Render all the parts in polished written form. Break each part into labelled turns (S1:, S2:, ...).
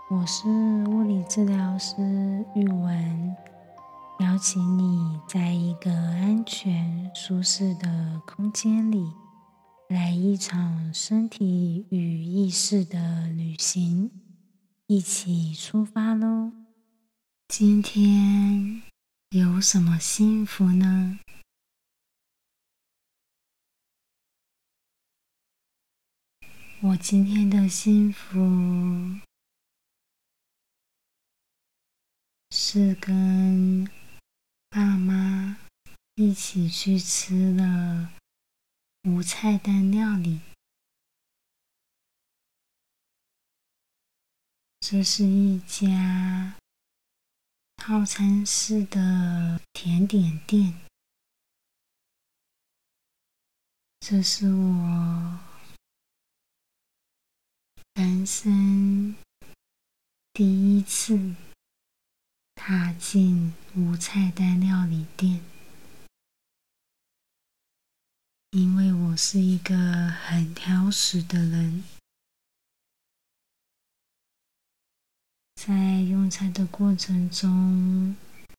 S1: 我是物理治疗师玉文，邀请你在一个安全、舒适的空间里，来一场身体与意识的旅行，一起出发咯！今天有什么幸福呢？我今天的幸福是跟爸妈一起去吃了无菜单料理。这是一家套餐式的甜点店。这是我人生第一次踏进无菜单料理店，因为我是一个很挑食的人。在用餐的过程中，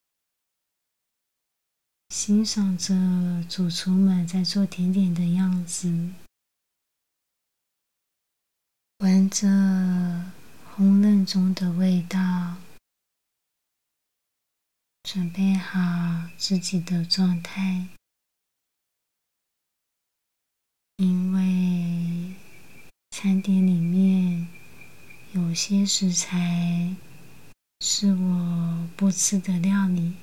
S1: 欣赏着主厨们在做甜点的样子，闻着烹饪中的味道，准备好自己的状态。因为餐点里面有些食材是我不吃的料理，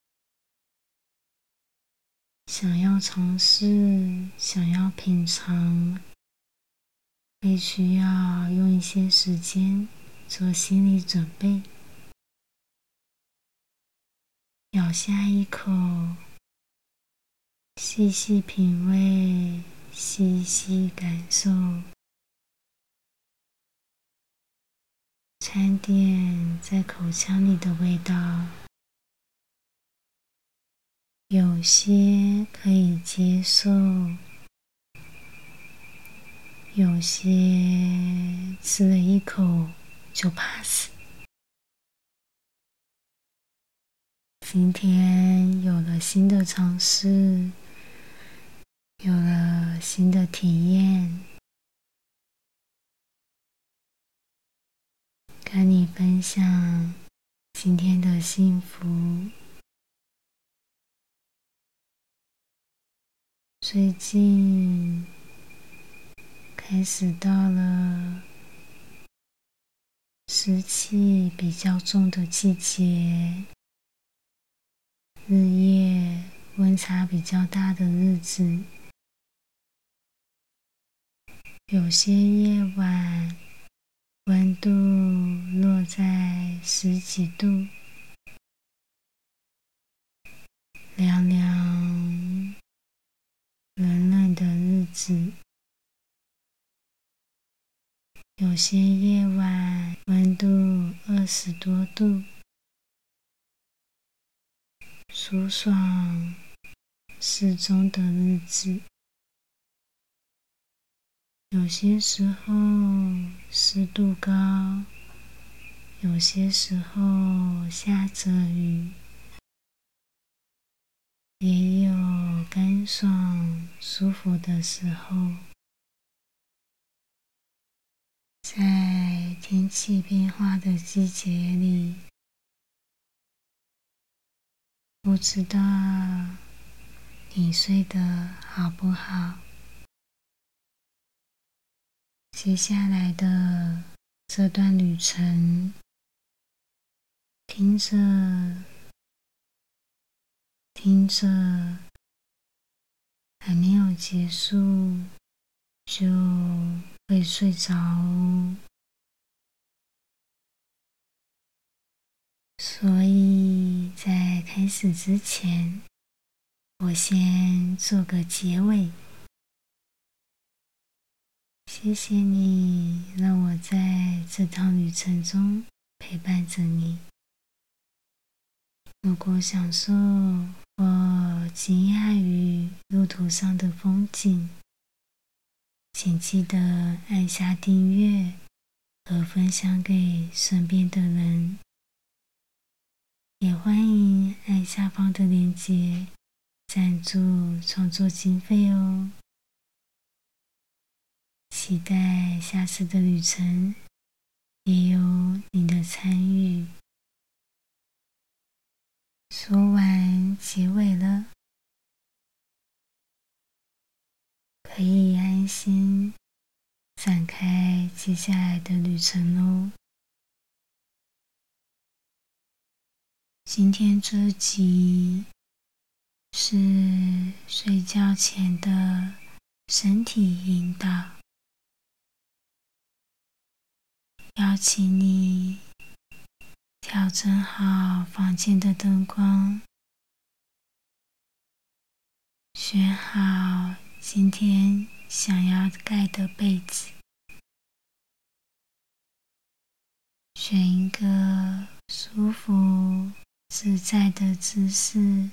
S1: 想要尝试，想要品尝，必须要用一些时间做心理准备。咬下一口，细细品味，细细感受餐点在口腔里的味道，有些可以接受，有些吃了一口就 pass。今天有了新的尝试，有了新的体验，跟你分享今天的幸福。最近开始到了湿气比较重的季节，日夜温差比较大的日子，有些夜晚温度落在10几度，凉凉冷冷的日子，有些夜晚温度20多度，舒爽适中的日子，有些时候湿度高，有些时候下着雨，也有干爽舒服的时候。在天气变化的季节里，不知道你睡得好不好？接下来的这段旅程，听着听着，还没有结束就会睡着哦。所以在开始之前，我先做个结尾。谢谢你让我在这趟旅程中陪伴着你。如果享受或惊讶于路途上的风景，请记得按下订阅， 和分享给身边的人。也欢迎按下方的链接赞助创作经费哦。期待下次的旅程也有你的参与。说完结尾了，可以安心展开接下来的旅程哦。今天这集是睡觉前的身体引导，邀请你调整好房间的灯光，选好今天想要盖的被子，选一个舒服自在的姿势，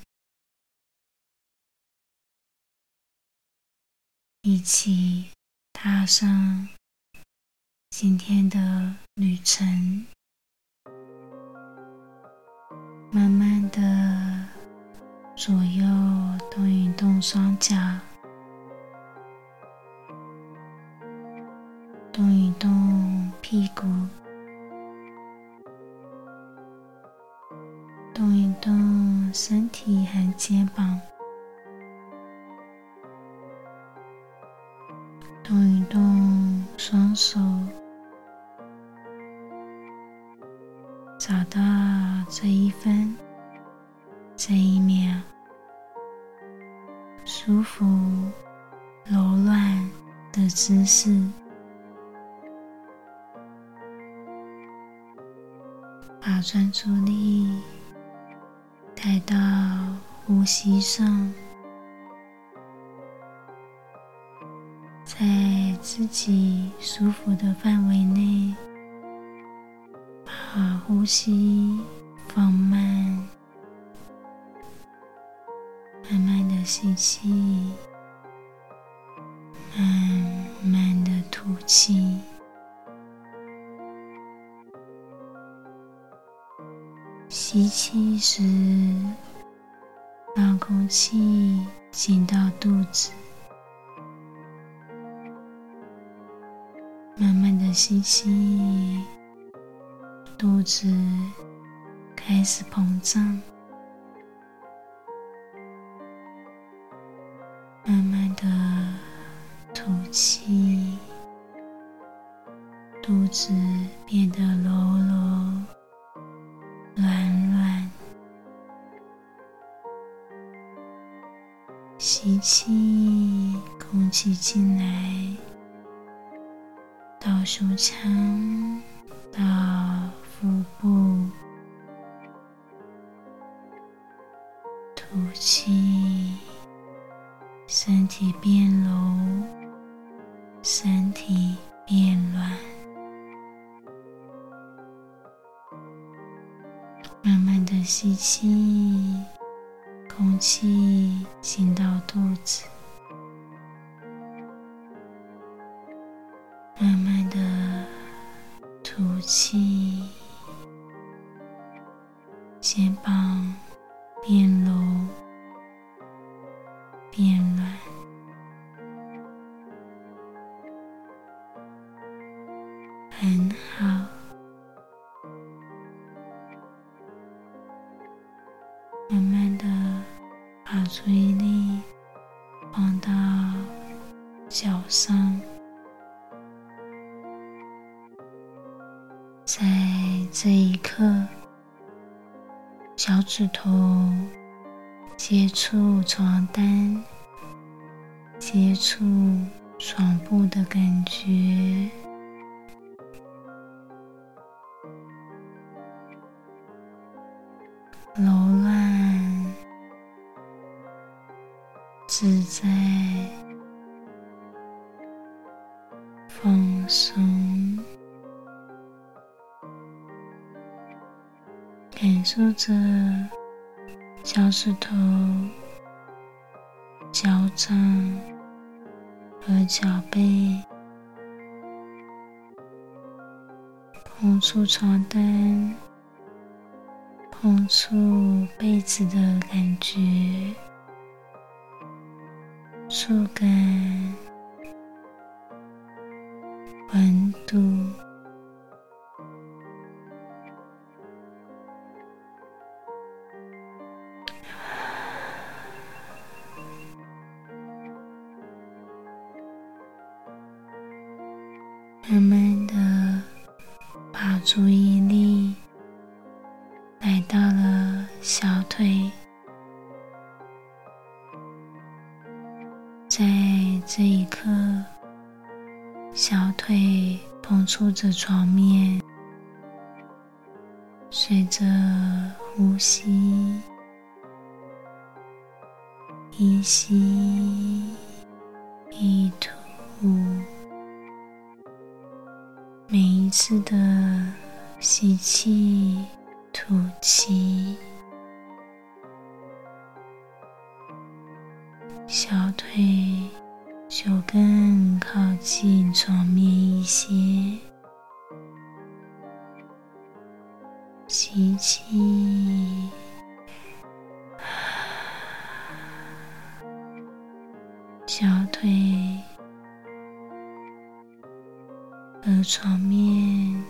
S1: 一起踏上今天的旅程。慢慢的左右动一动双脚，动一动屁股，动一动身体和肩膀，动一动双手，找到这一分这一秒舒服柔软的姿势，把专注力带到呼吸上，在自己舒服的范围内，把呼吸放慢，慢慢的吸气，慢慢的吐气。吸气时，让空气进到肚子，慢慢的吸气，肚子开始膨胀，慢慢的吐气，肚子变得柔柔软软。吸气，空气进来，到胸腔，到腹部，吐气，身体变柔，身体变软。慢慢的吸气，空气进到肚子，慢慢的吐气，肩膀变柔变软，很好。慢慢的把注意力放到脚上，在这一刻，脚趾头接触床单，接触床铺的感觉，柔软自在，放松，感受着脚趾头、脚掌和脚背碰触床单，碰触被子的感觉，触感，温度，慢慢的把注意力来到了小腿，在这一刻，小腿碰触着床面，随着呼吸，一吸一吐，每一次的吸气吐气，小腿就更靠近床面一些，吸气，小腿和床面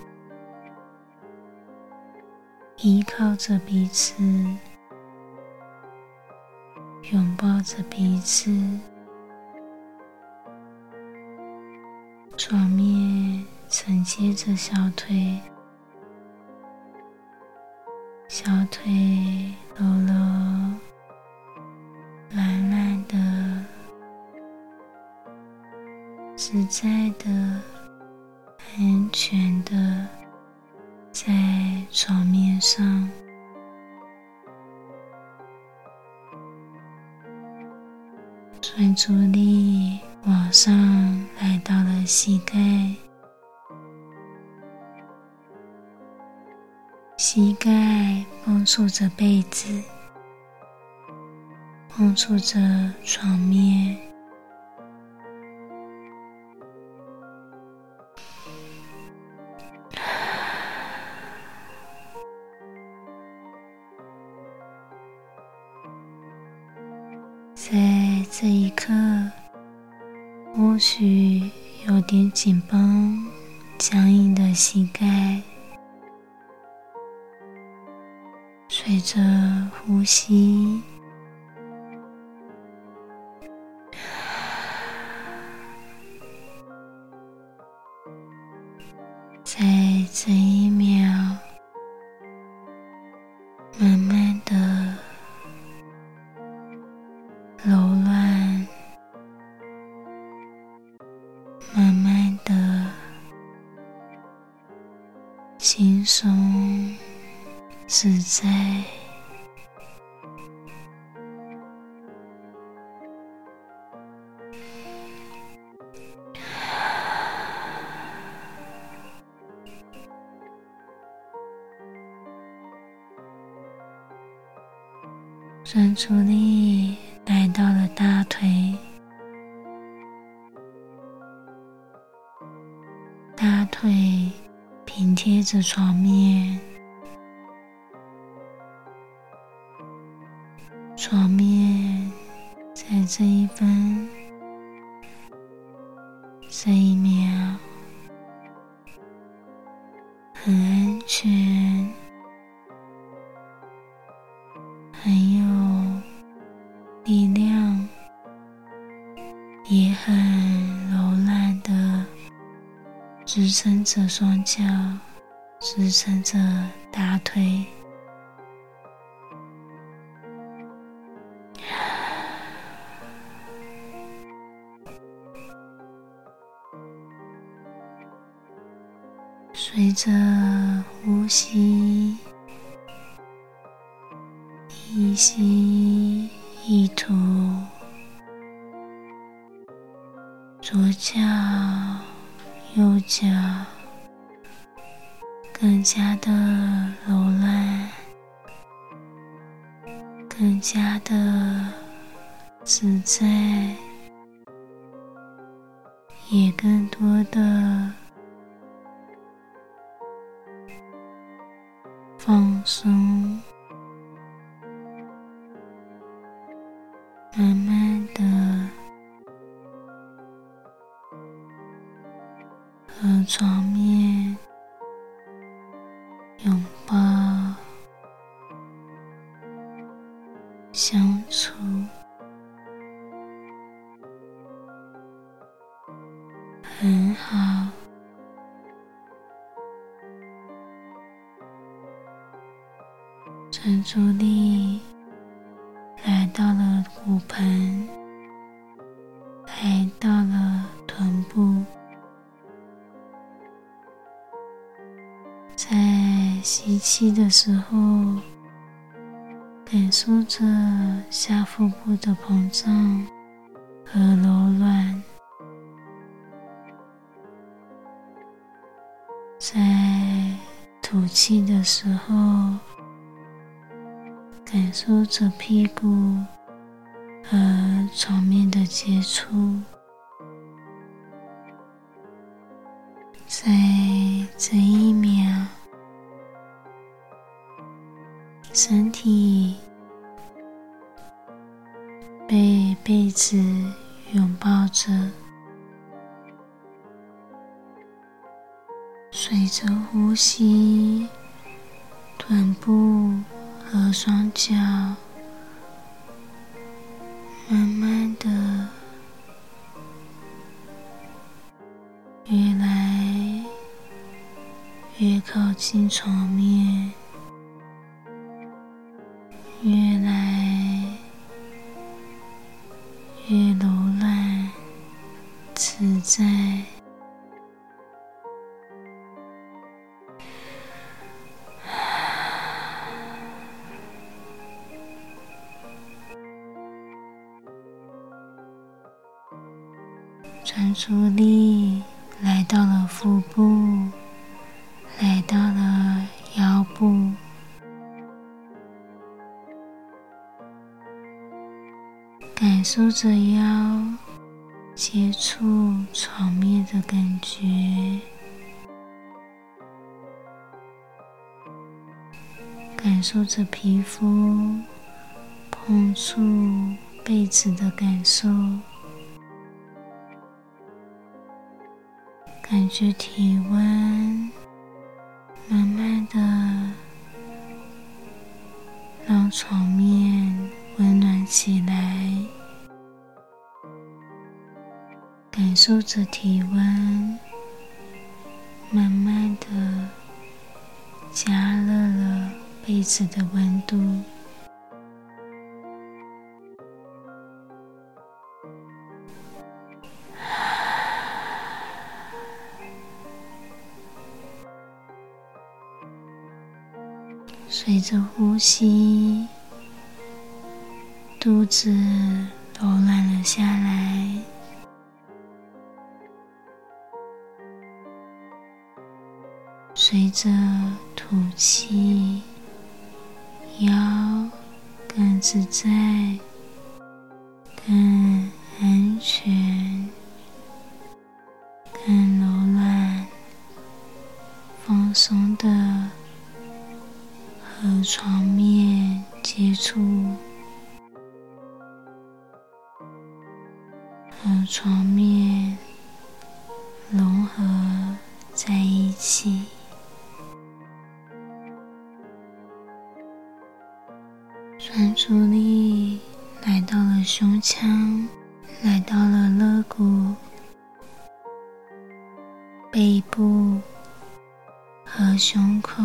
S1: 依靠着彼此，拥抱着彼此，床面承接着小腿，小腿柔柔软软的，自在的，安全的在床面上，专注力往上来到了膝盖，膝盖碰触着被子，碰触着床面，在这一刻，或许有点紧绷、僵硬的膝盖，随着呼吸，在这一秒，慢慢的柔软，慢慢的轻松自在，专注力来到了大腿，大腿平贴着床面，床面在这一分、这一秒很安全，很有力量，也很柔软的支撑着双脚，支撑着大腿，随着呼吸，一吸一吐，左脚右脚更加的柔软，更加的自在，也更多的放松，慢慢的和床面拥抱相处，很好。专注力来到了骨盆，来到了臀部，在吸气的时候，感受着下腹部的膨胀和柔软，在吐气的时候，感受着屁股和床面的接触。在这一秒，身体被被子拥抱着，随着呼吸，臀部和双脚慢慢的越来越靠近床面，越来越柔软自在。专注力来到了腹部，来到了腰部，感受着腰接触床面的感觉，感受着皮肤碰触被子的感受，感觉体温慢慢的让床面温暖起来，感受着体温慢慢的加热了被子的温度。随着呼吸，肚子柔软了下来，随着吐气，腰更自在、更安全、更柔软、放松的和床面接触，和床面融合在一起。专注力来到了胸腔，来到了肋骨、背部和胸口，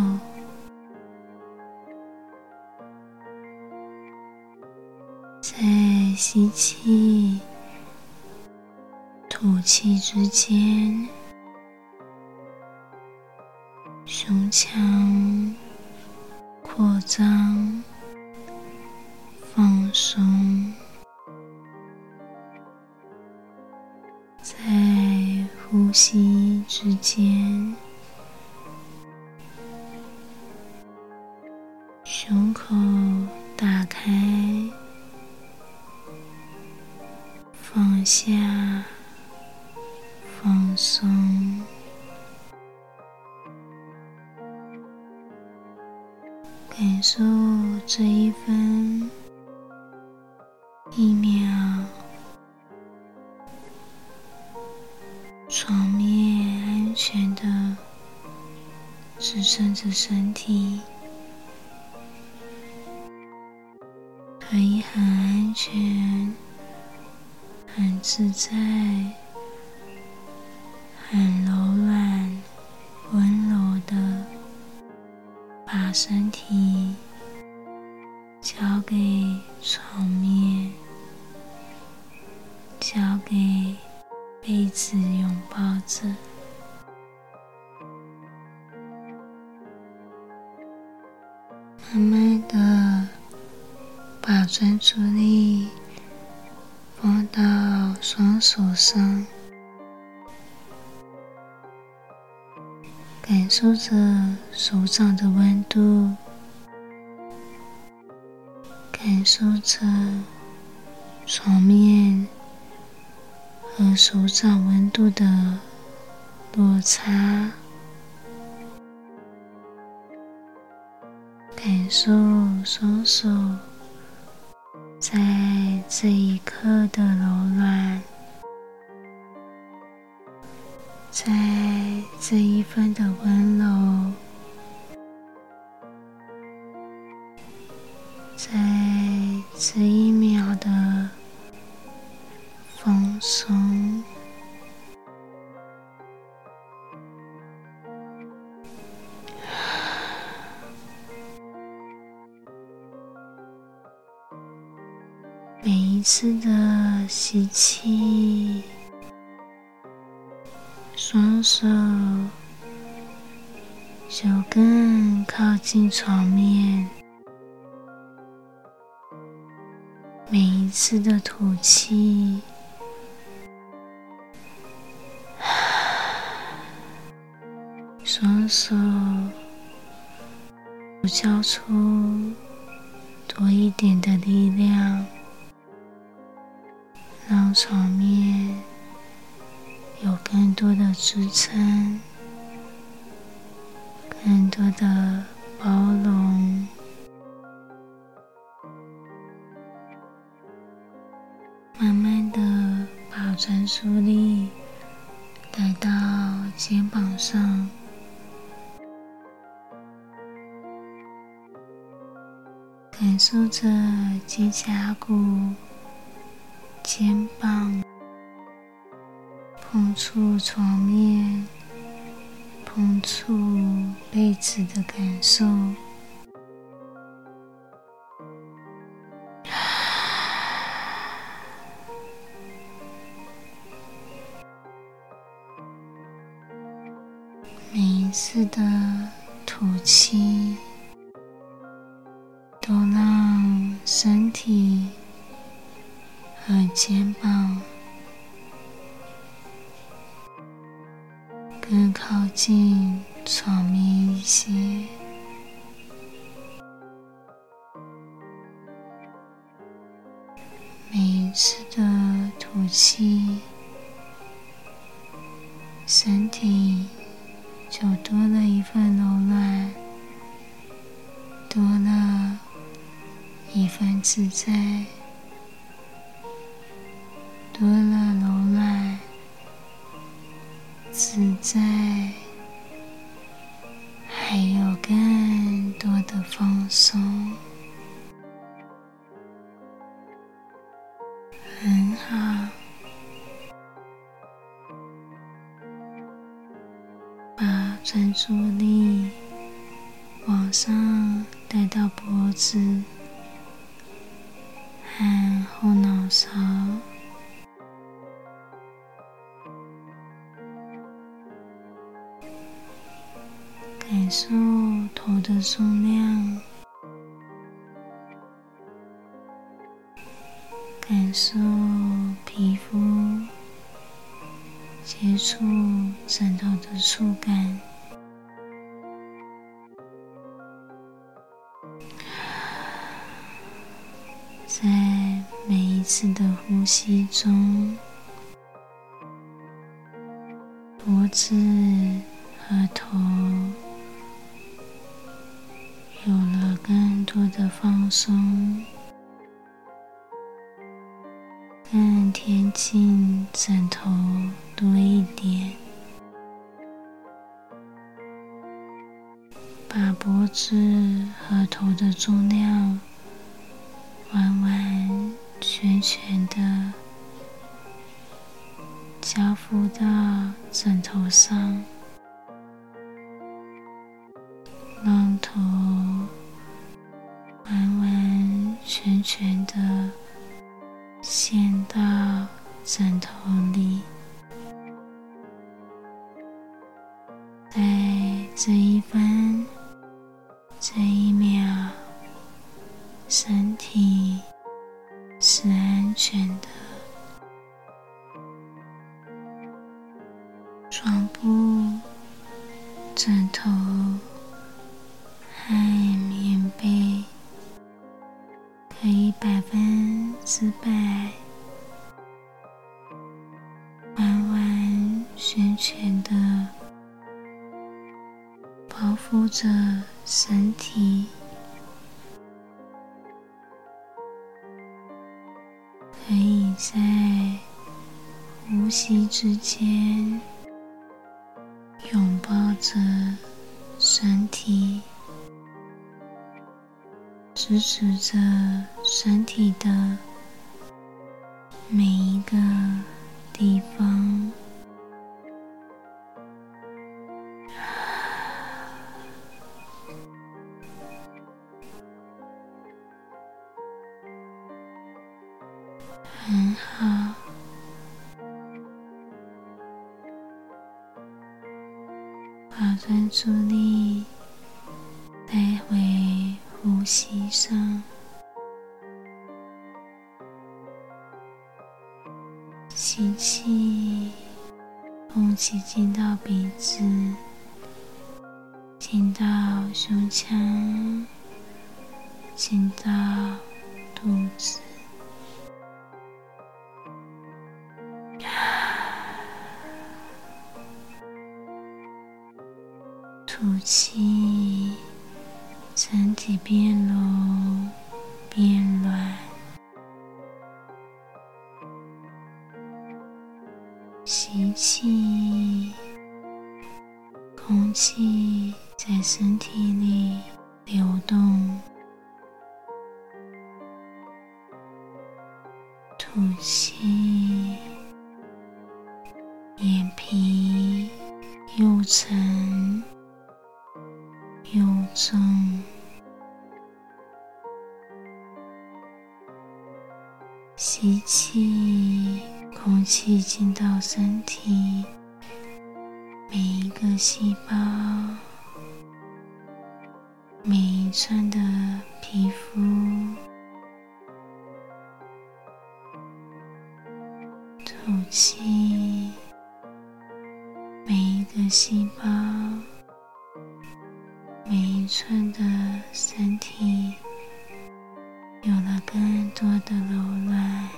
S1: 在吸气、吐气之间，胸腔扩张、放松，在呼吸之间，胸口打开，放下，放松， 感受这一分一秒，床面安全的支撑着身体，可以很安全、很自在、很柔软、温柔的把身体交给床面，交给被子拥抱着。慢慢的把专注力放到双手上，感受着手掌的温度，感受着床面和手掌温度的落差，感受双手在这一刻的柔软，在这一分的温柔，在这一秒的放松。每一次的吸气，双手就更靠近床面，每一次的吐气，双手交出多一点的力量，让床面有更多的支撑，更多的包容。慢慢的把专注力带到肩膀上，感受着肩胛骨、肩膀碰触床面、碰触被子的感受。每一次的吐气，都让身体和肩膀更靠近床面一些。每一次的吐气，身体就多了一份柔软，多了一份自在，多了柔软、自在，还有更多的放松。很好，把专注力往上带到脖子和后脑勺，感受头的重量，感受皮肤接触枕头的触感，在每一次的呼吸中，脖子和头有了更多的放松，更贴近枕头多一点，把脖子和头的重量完完全全的交付到枕头上，让头完完全全的陷到枕头里。在这一分这一秒，身体是安全的，床铺、枕头和棉被可以100%完完全全的包覆着身体，可以在呼吸之间拥抱着身体，支持着身体的每一个地方。很好，把专注力带回呼吸上，吸气，空气进到鼻子，进到胸腔，进到肚子。吐气，身体变柔变软。吸气，空气在身体里流动。吐气，眼皮又沉又重。吸气，空气进到身体每一个细胞，每一寸的皮肤。吐气，每一个细胞，每一寸的身体有了更多的柔软，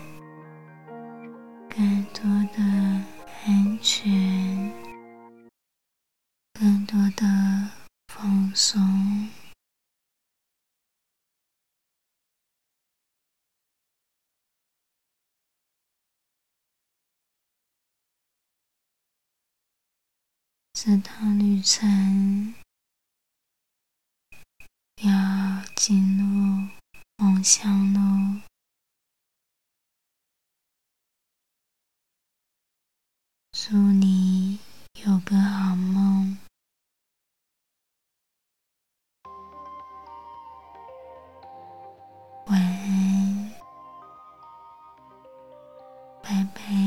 S1: 更多的安全，更多的放松。这趟旅程要进入梦乡路，祝你有个好梦。晚安，拜拜。